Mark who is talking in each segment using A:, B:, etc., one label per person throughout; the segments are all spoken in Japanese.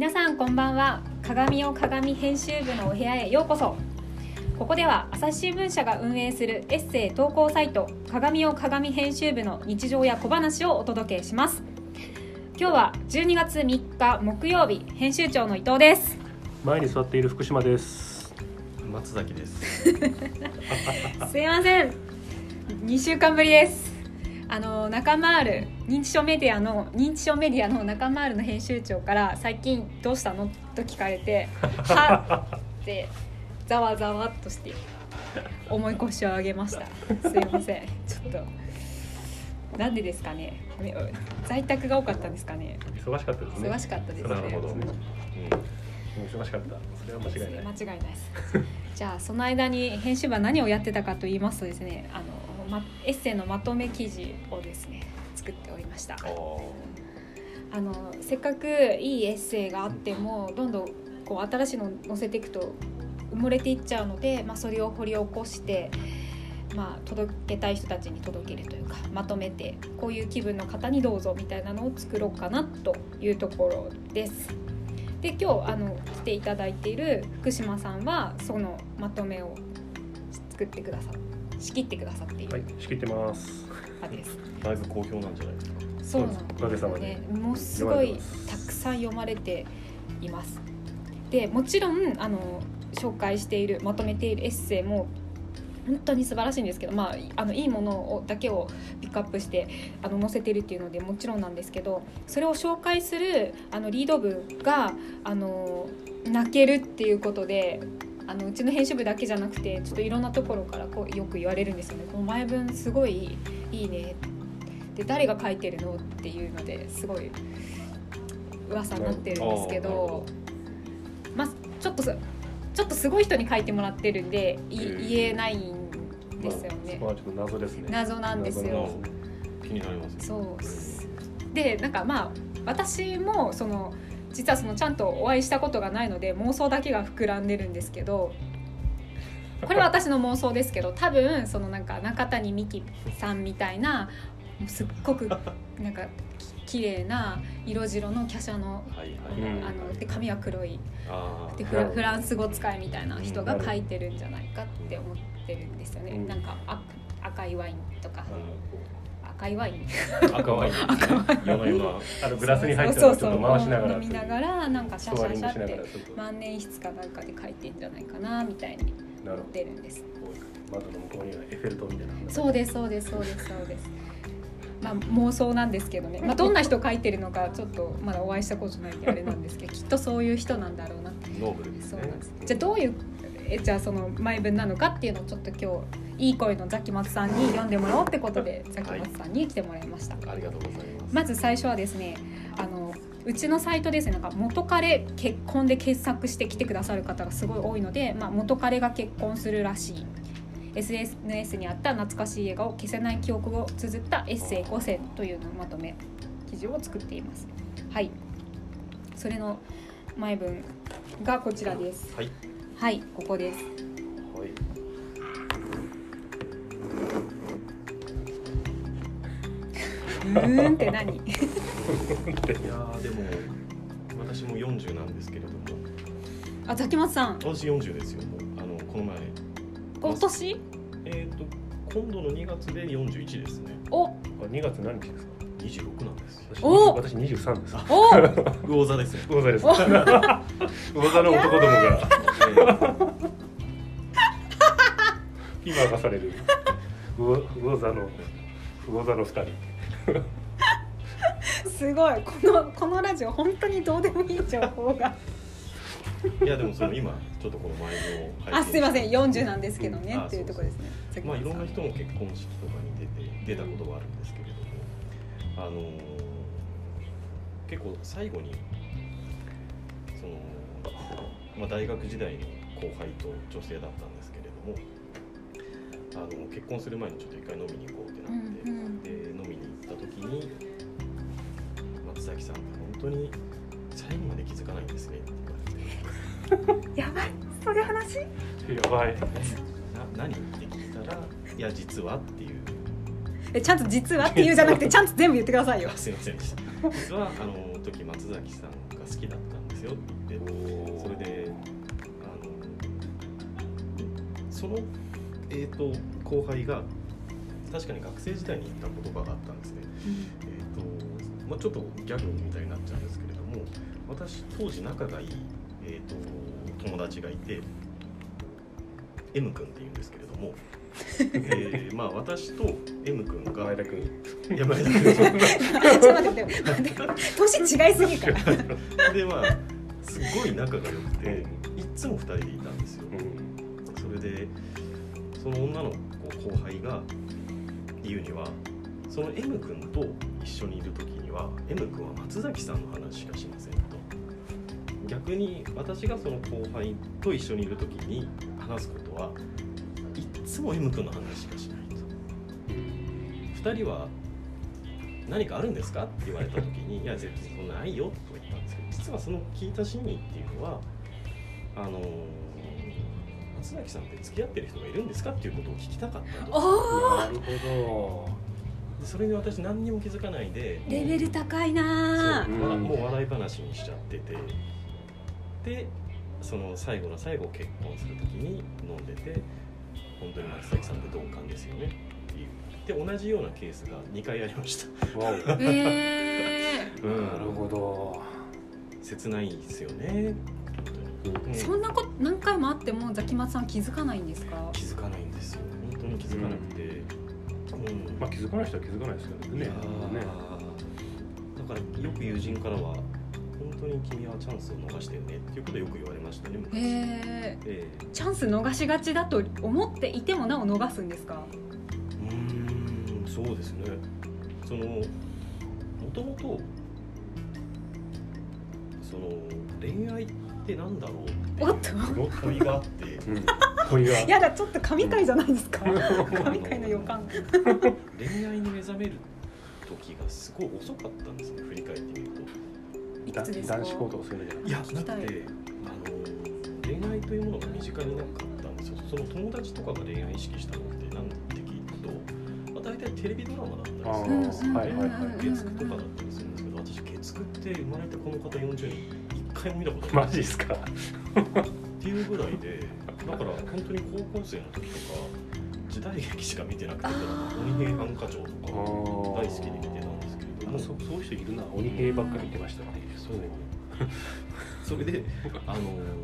A: 皆さんこんばんは。鏡を鏡編集部のお部屋へようこそ。ここでは朝日新聞社が運営するエッセイ投稿サイト鏡を鏡編集部の日常や小話をお届けします。今日は12月3日木曜日、編集長の伊藤です。
B: 前に座っている福島です。
C: 松崎です
A: すいません、2週間ぶりです。中丸認知症メディアの中丸の編集長から最近どうしたのと聞かれてはってざわざわっとして重い腰を上げました。すいません、ちょっとなんでですかね。在宅が多かったんですかね。
B: 忙しかったですね。
A: 忙しかったですね。
C: なるほど、
B: 忙しかった。それは間違いない。
A: 間違いないです。じゃあその間に編集部は何をやってたかと言いますとですね、エッセイのまとめ記事をですね作っておりました。せっかくいいエッセイがあってもどんどんこう新しいのを載せていくと埋もれていっちゃうので、それを掘り起こして、届けたい人たちに届けるというか、まとめてこういう気分の方にどうぞみたいなのを作ろうかなというところです。で、今日来ていただいている福島さんはそのまとめを作ってくださ仕切ってくださっている、
B: はい、仕切ってます。
A: です。
C: だいぶ好評なんじゃないですか。
A: そうなんですね。
B: おかげさまで
A: もうすごいたくさん読まれています。で、もちろん紹介しているまとめているエッセイも本当に素晴らしいんですけど、いいものだけをピックアップして載せてるっていうのでもちろんなんですけど、それを紹介するリード部が泣けるっていうことで、うちの編集部だけじゃなくてちょっといろんなところからこうよく言われるんですよね。この前文すごいいいねで、誰が書いてるのっていうのですごい噂になってるんですけど、ちょっとすごい人に書いてもらってるんで言えないんですよね。
B: そこはちょっと謎ですね。
A: 謎なんですよ。
C: 気になりますね。
A: そうで、私も実はちゃんとお会いしたことがないので妄想だけが膨らんでるんですけど、これは私の妄想ですけど、多分中谷美紀さんみたいなすっごく綺麗な色白の華奢の、で髪は黒いでフランス語使いみたいな人が書いてるんじゃないかって思ってるんですよね。赤いワインとか、赤ワイン
C: 夜な
B: グラスに入ってるのをちょっと回しながら
A: 飲みながらシャシャシャって万年筆かなんかで書いてんじゃないかなみたいに思ってるんです。
B: 窓の向こうにはエッフェル塔みたいな。
A: そうです妄想なんですけどね、どんな人書いてるのかちょっとまだお会いしたことないんであれなんですけどきっとそういう人なんだろうなって。
C: ノーブルですね。
A: そうなんです。じゃあどういうその前文なのかっていうのをちょっと今日いい声のザキマツさんに読んでもらおうってことでザキマツさんに来てもらいました。
C: ありがとうございます。
A: まず最初はですね、うちのサイトですね、元彼結婚で検索してきてくださる方がすごい多いので、元彼が結婚するらしい、 SNS にあった懐かしい映画を消せない記憶を綴ったエッセイ5選というのをまとめ記事を作っています。はい、それの前文がこちらです。はい、ここです。って何？いや
C: でも私も40なんですけれども。
A: ザキマツさん。
C: 私40ですよ。この前。
A: 今年？
C: 今度の2月で41ですね。
B: 2月何日ですか
C: ？26なんですよ。
B: 私23です。
C: 魚座ですね。
B: 魚座です。魚座の男どもが今明かされる魚座の2人。
A: すごい、このラジオ本当にどうでもいい情報が
C: いやでも今ちょっとこの前の
A: すいません40なんですけどねっていうところですね。
C: いろんな人も結婚式とかに出たことがあるんですけれども、結構最後に大学時代の後輩と女性だったんですけれども、結婚する前にちょっと一回飲みに行こうってなって、で飲みに行った時に松崎さんって本当に最後まで気づかないんですねって言われてやばい、
A: そういう話？
B: やばい。
C: 何って聞いたら、いや実はっていう。
A: ちゃんと実はっていうじゃなくてちゃんと全部言ってくださいよ。
C: すいませんでした。実は時松崎さんが好きだったんですよよって言ってそれでその、後輩が確かに学生時代に言った言葉があったんですね、ちょっとギャグみたいになっちゃうんですけれども私当時仲がいい、友達がいて M 君っていうんですけれども私と M 君が
B: 前田君
C: いや前田君
A: ちょっと待って年違いすぎから
C: ですごい仲が良くていつも2人でいたんですよ、それでその女の子後輩が言うにはその M 君と一緒にいる時には M 君は松崎さんの話しかしませんと逆に私がその後輩と一緒にいる時に話すことはいつも M 君の話しかしないと2人は何かあるんですかって言われた時にいや絶対そんなないよと言ったんですけど実はその聞いた真意っていうのは松崎さんって付き合ってる人がいるんですかっていうことを聞きたかったと。
B: なるほど。
C: それに私何にも気づかないで
A: レベル高いな
C: もう笑い話にしちゃっててでその最後の最後結婚する時に飲んでて本当に松崎さんって同感ですよねっていうで同じようなケースが2回ありました
B: わお
C: な
B: るほど。
C: 切ないですよね、
A: そんなこと何回もあってもザキマツさん気づかないんですか？
C: 気づかないんですよ本当に気づかなくて、
B: 気づかない人は気づかないですけどね。
C: だからよく友人からは本当に君はチャンスを逃してるねっていうことをよく言われましたね昔。
A: チャンス逃しがちだと思っていてもなお逃すんですか？
C: そうですね。もともと恋愛ってなんだろうっていう問いがあって
B: 問いが
A: やだちょっと神回じゃないですか神回の予感
C: 恋愛に目覚める時がすごい遅かったんですね振り返ってみると。
A: いくつですか？
B: 男子校とかそういうのじゃない。
C: いやなくて恋愛というものが身近になかったんですよ。その友達とかが恋愛意識したのってなんて聞くと、大体テレビドラマだったりするんですよ。月9とかだったりするんですけど、私月9って生まれてこの方40人1回も見たことない。
B: マジですか
C: っていうぐらいで、だから本当に高校生の時とか時代劇しか見てなくて、鬼平犯科長とか大好きで見てたんですけれども、
B: そういう人いるな。鬼平ばっかり見てましたっていう。
C: それでなんていうんだろ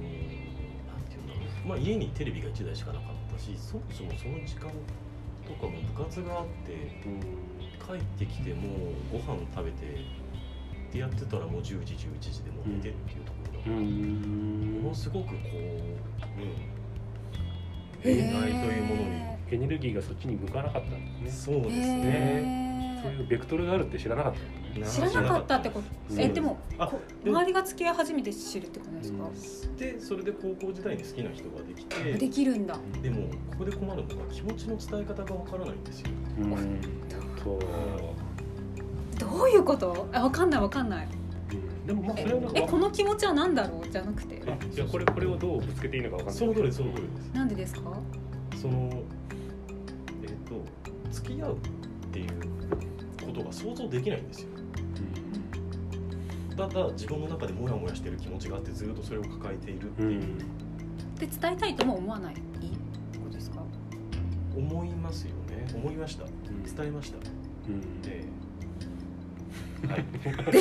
C: う、家にテレビが1台しかなかったし、そもそもその時間とかも部活があって、帰ってきてもご飯食べてってやってたらもう10時11時でもう寝てるっていうところだから、ものすごく恋愛というものに
B: エネルギーがそっちに向かなかったんですね。
C: そうですね。
B: そういうベクトルがあるって知らなかった。
A: 知らなかったってこと。でも周りが付き合い始めて知るってことですか？
C: でそれで高校時代に好きな人ができて、
A: できるんだ。
C: でもここで困るのが気持ちの伝え方がわからないんですよ。
A: どういうこと？わかんない。
B: でもそれは
A: この気持ちは何だろうじゃなくて。
B: いやこれをどうぶつけていいのかわかんない。
C: その通りです。
A: なんでですか？
C: 付き合うっていうことが想像できないんですよ。ただ自分の中でモヤモヤしている気持ちがあってずっとそれを抱えているっていう。で
A: 伝えたいとも思わないってことですか？
C: 思いますよね。思いました。伝えました。はい。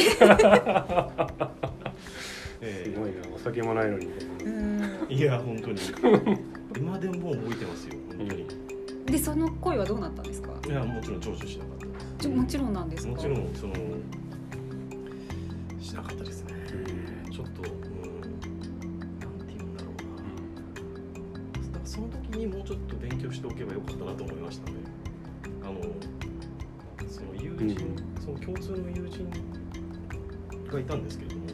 B: すごいな。お酒もないのに。
C: いや本当に今でも覚えてますよ本当に。
A: でその恋はどうなったんですか？
C: いやもちろん成就しなかったです。
A: もちろんなんですか？
C: もちろんしなかったですね。ちょっとなんて言うんだろうな。その時にもうちょっと勉強しておけばよかったなと思いましたね。その友人、その共通の友人がいたんですけれども、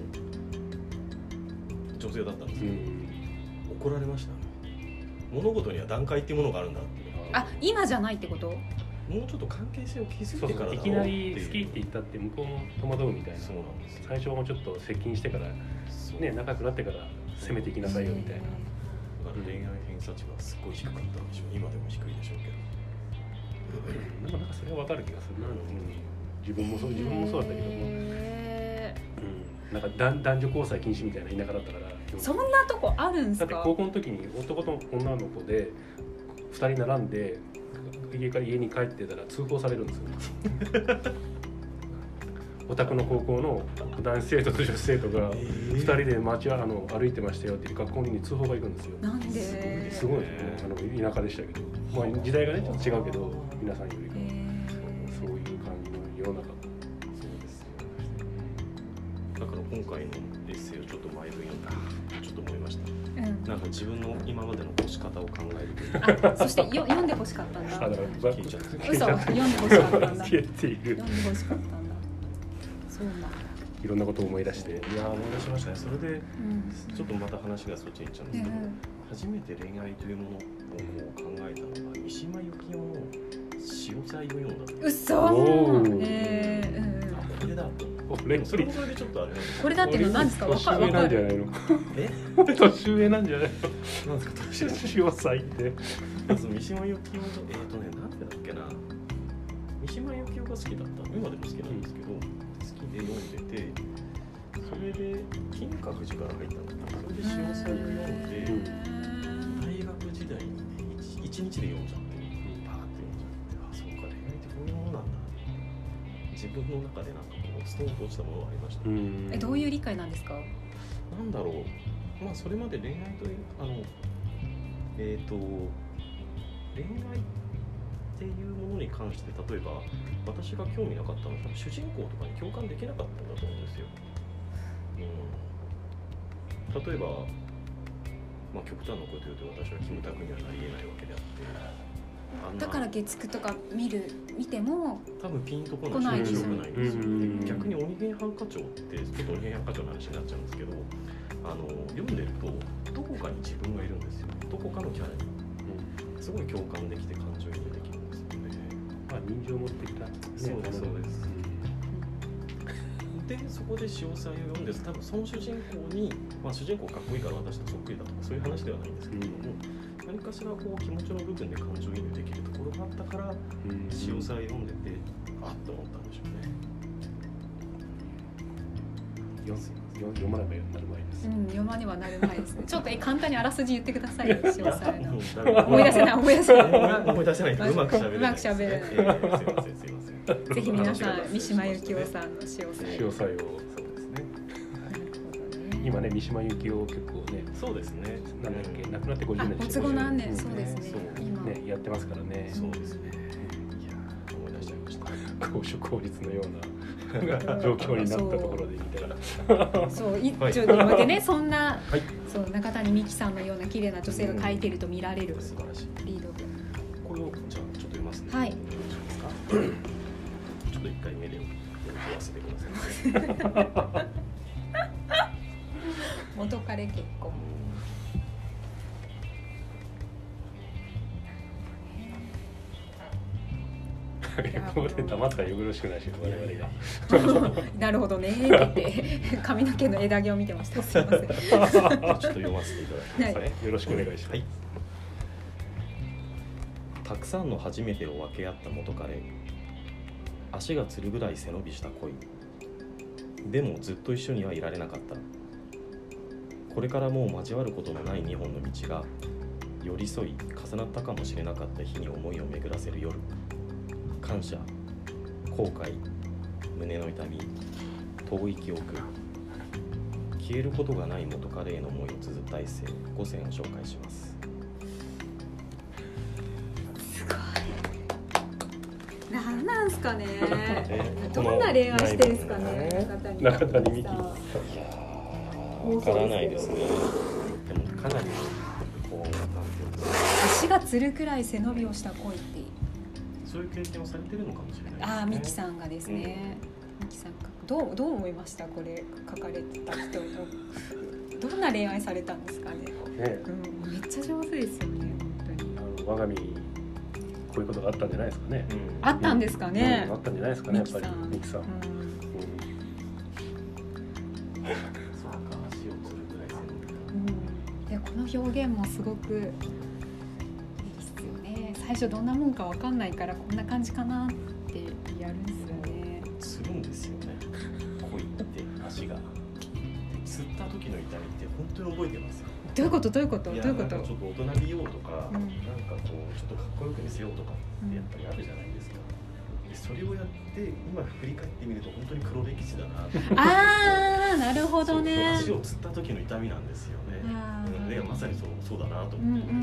C: 女性だったんですけど、怒られましたね。物事には段階っていうものがあるんだって。
A: 今じゃないってこと？
C: もうちょっと関係性を築いてからだろうっていう。
B: いきなり好きって言ったって向こうも戸惑うみたいな。
C: そうなんです。
B: 最初はもうちょっと接近してからね仲良くなってから攻めていきなさいよみたいな。
C: だから恋愛偏差値はすごい低かったんでしょう。今でも低いでしょうけど。
B: でもなんかそれは分かる気がするな。自分もそうだったけども。 なんか男女交際禁止みたいな田舎だったから。
A: そんなとこあるんですか？
B: だって高校の時に男と女の子で2人並んで家に帰ってたら通報されるんですよお宅の高校の男子生徒と女子生徒が2人で歩いてましたよって学校に通報が行くんですよ。
A: なんで？
B: すごいね、田舎でしたけど、まあ、時代がねちょっと違うけど皆さんよりかそういう感じの世の中。
C: そうですよ。だから今回のエッセイをちょっと前文読んだちょっと思いました。なんか自分の今までの干し方を考えると、
A: そして読んでほしかったんだ。
B: 消えちゃった。
A: 嘘、読んでほしかったんだ。
B: 消えている。
A: 読んでほしかったんだ。そうなんだ。
B: いろんなことを思い出して。
C: いや思い出しましたね。それで、ちょっとまた話がそっちに行っちゃうんですけど、初めて恋愛というものを考えたのが三島由紀夫の潮騒を読んだ。
A: 嘘。
C: これだ。それもそれでちょっとあれ。
A: これだっていうの何ですか？
B: 年上なんじゃないの？年上なんじゃないの？
C: なんですか？年上。
B: 潮騒って。
C: まず三島由紀夫のなんでだっけな。三島由紀夫が好きだった。今でも好きなんですけど、好きで読んでて、それで金閣寺から入ったんだけど、それで潮騒を読んで、大学時代に1日で読んじゃって。そうか、恋愛ってこういうものなんだ。自分の中でなんかこうストーンと落ちたものがありました。
A: どういう理解なんですか？
C: なんだろう。まあそれまで恋愛という恋愛っていうものに関して例えば私が興味なかったのは主人公とかに共感できなかったんだと思うんですよ。例えば、まあ、極端なこと言うと私はキムタクにはなり得ないわけであって。
A: だから月9とか見ても
C: 多分ピンとこないし面白くないんですよ。逆に鬼平犯科帳ってちょっと鬼平犯科帳の話になっちゃうんですけど、読んでるとどこかに自分がいるんですよ。どこかのキャラに、すごい共感できて感情移入できるんですよね。
B: 人情を持ってきた、
C: そうですそうです。でそこで潮騒を読んで多分その主人公に、まあ、主人公かっこいいから私とそっくりだとかそういう話ではないんですけれども、何かしらこう気持ちの部分で感情移入できるところがあったから潮騒を読んでてあっと思ったんでしょうね。
B: 読まなきゃなる前です。
A: 読まねばなる前ですね。ちょっと簡単にあらすじ言ってくださいよ。潮騒の思い出せない思い出せない。
C: うまく喋れない。
A: すいませんすいません。ぜひ皆さん三島由紀夫さんの潮騒を。
C: そうですね。
B: 今ね三島由紀夫結構ね。
C: そうですね。
B: なんだっけ亡くなって50年。
A: 没後何年そうですね。
B: 今ねやってますからね。
C: そうですね。いや思い出しちゃいました。
B: 公諸公立のような状況になったところでみたいな。
A: そう一丁に向けねそんなそう中谷美紀さんのような綺麗な女性が書いていると見られる
C: 素晴らしい
A: リードで。
C: これをじゃあちょっと読ますね。
A: はい。
C: ちょっと一回目で読ませてください。
A: 元彼結婚。
B: ここで黙ったらよろしくないし我々が。
A: なるほどねって言って髪の毛の枝毛を見てました。すいません。ちょっと
C: 読ませていただきます。
B: よろしくお願いします。
C: たくさんの初めてを分け合った元彼。足がつるぐらい背伸びした恋。でもずっと一緒にはいられなかった。これからもう交わることのない2本の道が寄り添い重なったかもしれなかった日に思いを巡らせる夜。感謝、後悔、胸の痛み、遠い記憶、消えることがない元彼への思いを綴ったエッセイ5選を紹介します。
A: すごい。なんすかね。どんな恋愛してるんですかね。
B: 中谷美紀。
C: わからないですね。でもかなりこうなんていうんですか。
A: 足がつるくらい背伸びをした恋って。
C: そういう経験をされてるのかもしれないですね。
A: 美紀さんがですね。美紀さんどう思いましたこれ書かれてた人のどんな恋愛されたんですかね。めっちゃ上手ですよね本当に。
B: 我が身こういうことがあったんじゃないですかね。
A: あったんですかね。
B: あったんじゃないですかねやっぱり美紀さん。
A: この表現もすごくいいですよね。最初どんなもんか分かんないからこんな感じかなってやるんですよね。
C: するんですよね。恋って足が吸った時の痛みって本当に覚えてますよ。
A: どういうことどういうこと
C: いや
A: どういうこと
C: なんかちょっと大人びようとか、
A: うん
C: なんかこうちょっとかっこよく見せようとかってやっぱりあるじゃないですか。でそれをやって今振り返ってみると本当に黒歴史だなって
A: あーなるほどね。
C: 足をつった時の痛みなんですよね。でまさにそうだなと思って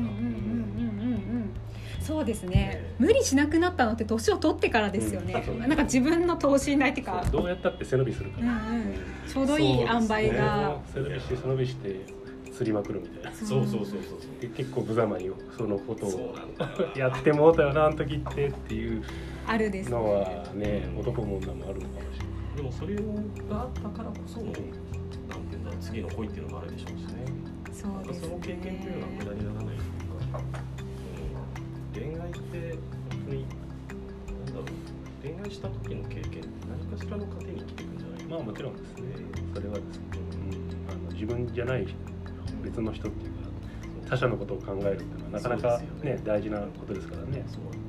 A: そうですね、無理しなくなったのって年を取ってからですよね、なんか自分の等身大っていうか
B: どうやったって背伸びするから、
A: ちょうどいい塩梅が、
B: 背伸びして背伸びして釣りまくるみたいな。
C: そう
B: 結構無様にそのことをやってもうたよなあの時っていう
A: あるです
B: のはね、男も女もあるのかもしれない。
C: でもそれがあったからこそのなんていうんだ次の恋っていうのがあるでしょうしね。
A: そうですね。
C: その経験というのは無駄にならないというか、恋愛って本当になんだろう、恋愛した時の経験って何かしらの糧に生きていくんじゃないかな。
B: まあもちろんですね。それはですね、自分じゃない別の人っていうか他者のことを考えるっていうのはなかなかね大事なことですからね。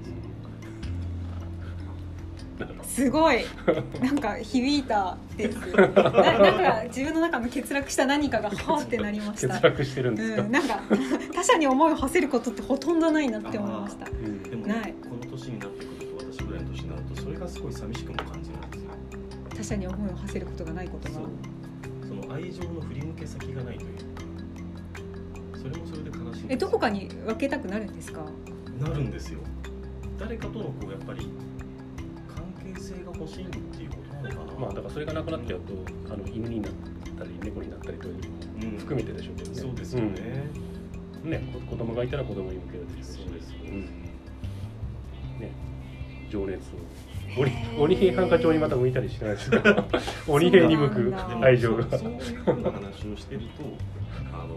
A: すごいなんか響いたですなんか自分の中の欠落した何かがはーってなりました。
B: 欠落してるんですか、
A: なんか他者に思いを馳せることってほとんどないなって思いました。
C: でも、
A: ない
C: この年になってくると私ぐらいの年になるとそれがすごい寂しくも感じるんですよ。
A: 他者に思いを馳せることがないことが、
C: その愛情の振り向け先がないというか、それもそれで悲しい。
A: どこかに分けたくなるんですか？
C: なるんですよ。誰かとのこうやっぱり関係性が欲しいっていうことなのかな。
B: まあだからそれがなくなっちゃうと犬になったり猫になったりというのも含めてでしょうけどね。
C: そうですよね。
B: 子供がいたら子供に向けるでしょうし、
C: そうですよ
B: ね、情熱を鬼平犯科帳にまた向いたりしないですか？鬼平に向く愛情が。
C: そういうふうな話をしてると、なんか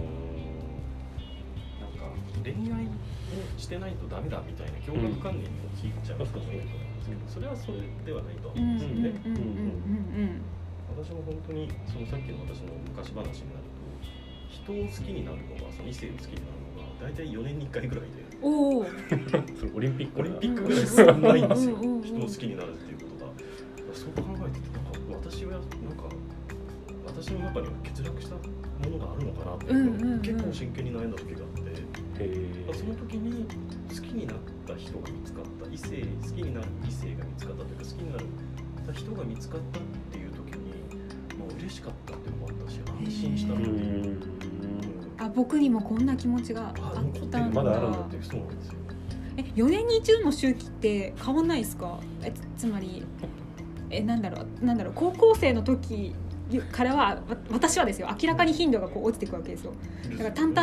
C: 恋愛をしてないとダメだみたいな強迫観念に陥っちゃう人もいると思うんですけど、それはそれではないと思うんですよね。私も本当にそのさっきの私の昔話になると、人を好きになるのがその異性を好きになるのが大体4年に1回ぐらいで、
A: お
B: それオリンピック
C: ぐらいすごいないんですよ。人を好きになるっていうことが。そう考えててなんか私はなんか私の中には欠落したものがあるのかなって結構真剣に悩んだ時があって、その時に好きになった人が見つかった好きになる異性が見つかったというか好きになった人が見つかったっていう時に、嬉しかったっていうのもあったし安心したっていう。
A: 僕にもこんな気持ちがあったんだ。
B: まだあるんだって。
C: そうなんですよ。
A: 4年に一度の周期って変わんないですか？つまりなんだろう高校生の時からは私はですよ、明らかに頻度がこう落ちていくわけですよ。だからタン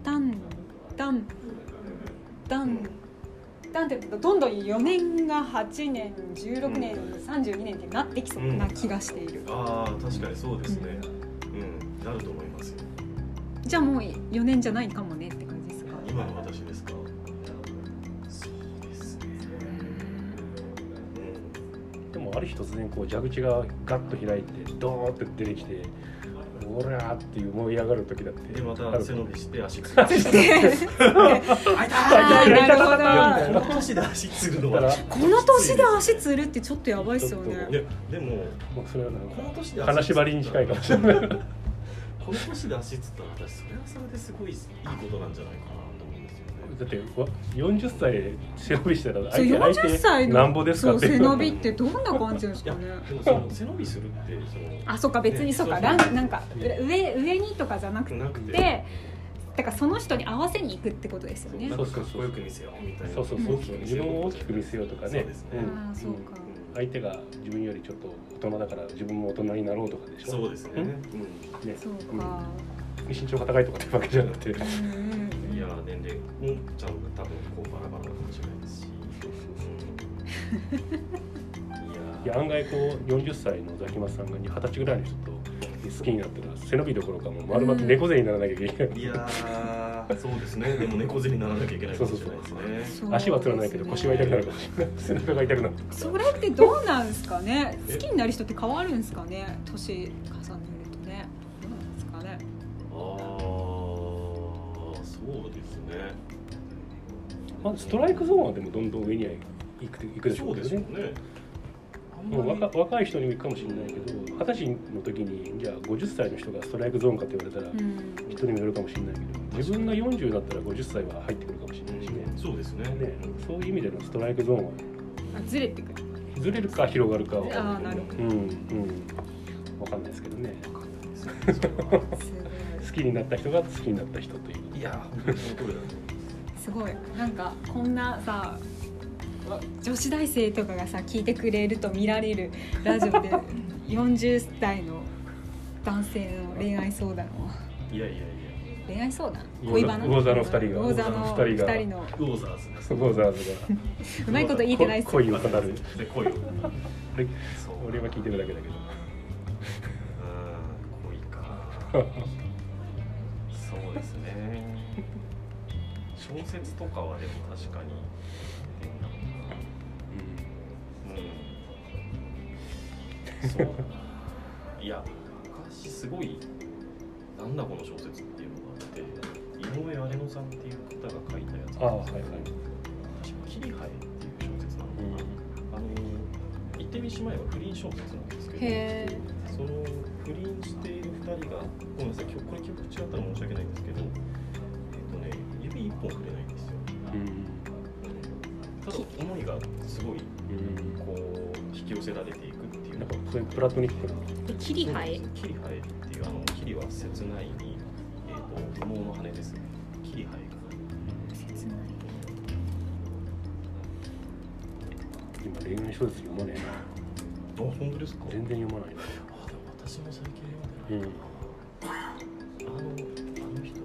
A: ってどんどん4年が8年16年32年ってなってきそうな気がしている。
C: 確かにそうですね。なると思いますよ。
A: じゃあもう4年じゃないかもねって感じですか？
C: 今の私ですか？そうですね。
B: でもある日突然こう蛇口がガッと開いてドーって出てきてオラーっていう燃え上がる時だって、
C: でまた背伸びして足つる
A: なるほど。
C: この年で足つるのは
A: この年で足つるってちょっとやばいですよね。
C: いやでも
B: それはなん
C: この年で
B: か金縛りに近いかもしれない。
C: この年で足つったら私それはそれですごいいいことなんじゃないかなと思うんですよね。
B: だって40歳で背伸びしたら
A: 40歳の
B: なんぼですかって。
A: 背伸びってどんな感じですかね。
C: でもその背伸びするって
A: そうか別にそうかなんか上にとかじゃなくてだからその人に合わせに行くってことですよね。
C: かっこよく見せようみたいな。
B: そう自分を大きく見せようとかね。
C: そうですね。
A: そうか。
B: 相手が自分よりちょっと大人だから自分も大人になろうとかでしょ。
C: そうですね。
A: そうか。
B: 身長が高いとかってわけじゃなくて。
C: いや年齢もちゃんと多分こうバラバラかもしれないですし。
B: いや案外こう40歳のザキマスさんが20歳ぐらいの人と好きになったら背伸びどころかもう丸々猫背にならなきゃいけない。
C: いやそうですね。でも猫背にならなきゃいけないかもしれないですね。
B: 足はつらないけど腰は痛くなるかもしれない。背中が痛くなる。
A: それってどうなんですかね。好きになる人って変わるんですかね。年重ねるとね。どうなんですかね。
C: そうですね。
B: ストライクゾーンはでもどんどん上には行くでしょうけどね。もう若い人にも行くかもしれないけど、 20歳の時にじゃあ50歳の人がストライクゾーンかって言われたら、人にもよるかもしれないけど、自分が40だったら50歳は入ってくるかもしれないしね。
C: そうですね。
B: そういう意味でのストライクゾーンは
A: ずれてくる。
B: ずれるか広がるかは
A: ああ、なるほど。
B: 分かんないですけどね。
C: わかんないですね。
B: 好きになった人が好きになった人という。
C: いや本当にその通りだと思います。
A: すごい。なんかこんなさ、女子大生とかがさ聞いてくれると見られるラジオで40代の男性の恋愛相談を。
C: いやいやいや。
A: 恋愛相談。恋バナ。
B: 魚座の2人が。
A: 魚座の2人の。
C: ゴーザーズです。
B: ゴーザーズが。
A: うまいこと言えてないっす。
B: 恋を語る。
C: 恋を。
B: 俺は聞いてるだけだけど。
C: 恋か。そうですね。小説とかはでも確かに。そういや昔すごいなんだこの小説っていうのがあって井上荒野さんっていう方が書いたやつなんですけど、確か「キリハエ」っていう小説なのかな、言ってみしまえば不倫小説なんですけど、その不倫している2人がごめんなさいこれ記憶違ったら申し訳ないんですけど指一本触れないんですよ、ただ思いがすごいこう引き寄せられていくっていう
B: なんかそういうプラトニックな
A: キリハエ
C: キリハエっていうキリは切ないに羽毛の羽ですね。キリハエが
A: 切ない。
B: 今恋愛小説読まね
C: あ、本当ですか。
B: 全然読まないな。
C: でも私も最近読んでない。あの人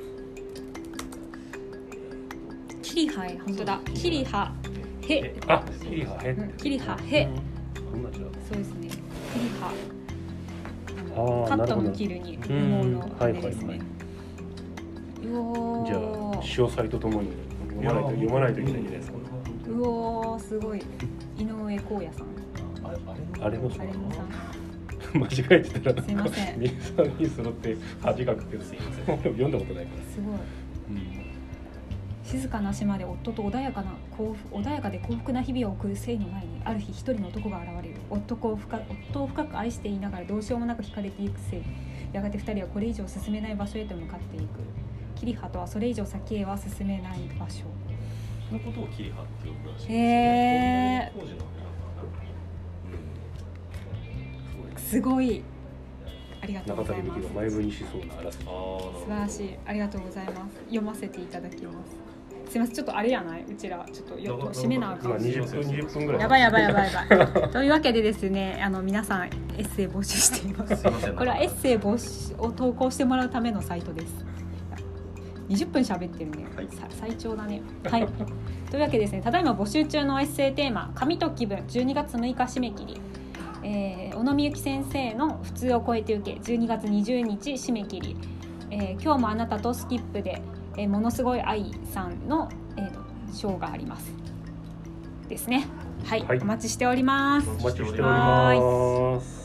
A: キリハエ、本当だ。キリハヘ。
B: あ、キリハヘ。
A: キリハヘ。
B: そんな違う。
A: そうですね。キリハ。カットの切るに羽毛の羽ですね。
B: じゃあ詳細とともに読まないといけないんじゃないですか。
A: うおー、すごい。井上光也さん。
B: あれのさん。間違えてたら
A: すいません。
B: 皆さんに揃って恥かくけど読んだことないから。
A: すごい。静かな島で夫と穏やかで幸福な日々を送る生の前にある日一人の男が現れる。夫を深く愛していながらどうしようもなく惹かれていく生。やがて二人はこれ以上進めない場所へと向かっていく。キリハとはそれ以上先へは進めない場所
C: のことをキリハって呼ぶらしいです
A: ね。
C: 当時の
A: すごい。ありがとうございます。
B: 中谷美紀が前文にしそうなあらすじ。
A: 素晴らしい。ありがとうございます。読ませていただきます。すいません、ちょっとあれやない、うちらちょっと締めなあかん。
B: 20分ぐらい。
A: やばい。というわけでですね、皆さんエッセイ募集しています。これはエッセイ募集を投稿してもらうためのサイトです。20分喋ってるね。最長だね。はい。というわけでですね、ただいま募集中のエッセイテーマ、紙と気分、12月6日締め切り。小野美幸先生の普通を超えて受け、12月20日締め切り。今日もあなたとスキップで。ものすごい愛さんの、賞がありますですね。はい、お待ちしております。
B: お待ちしております。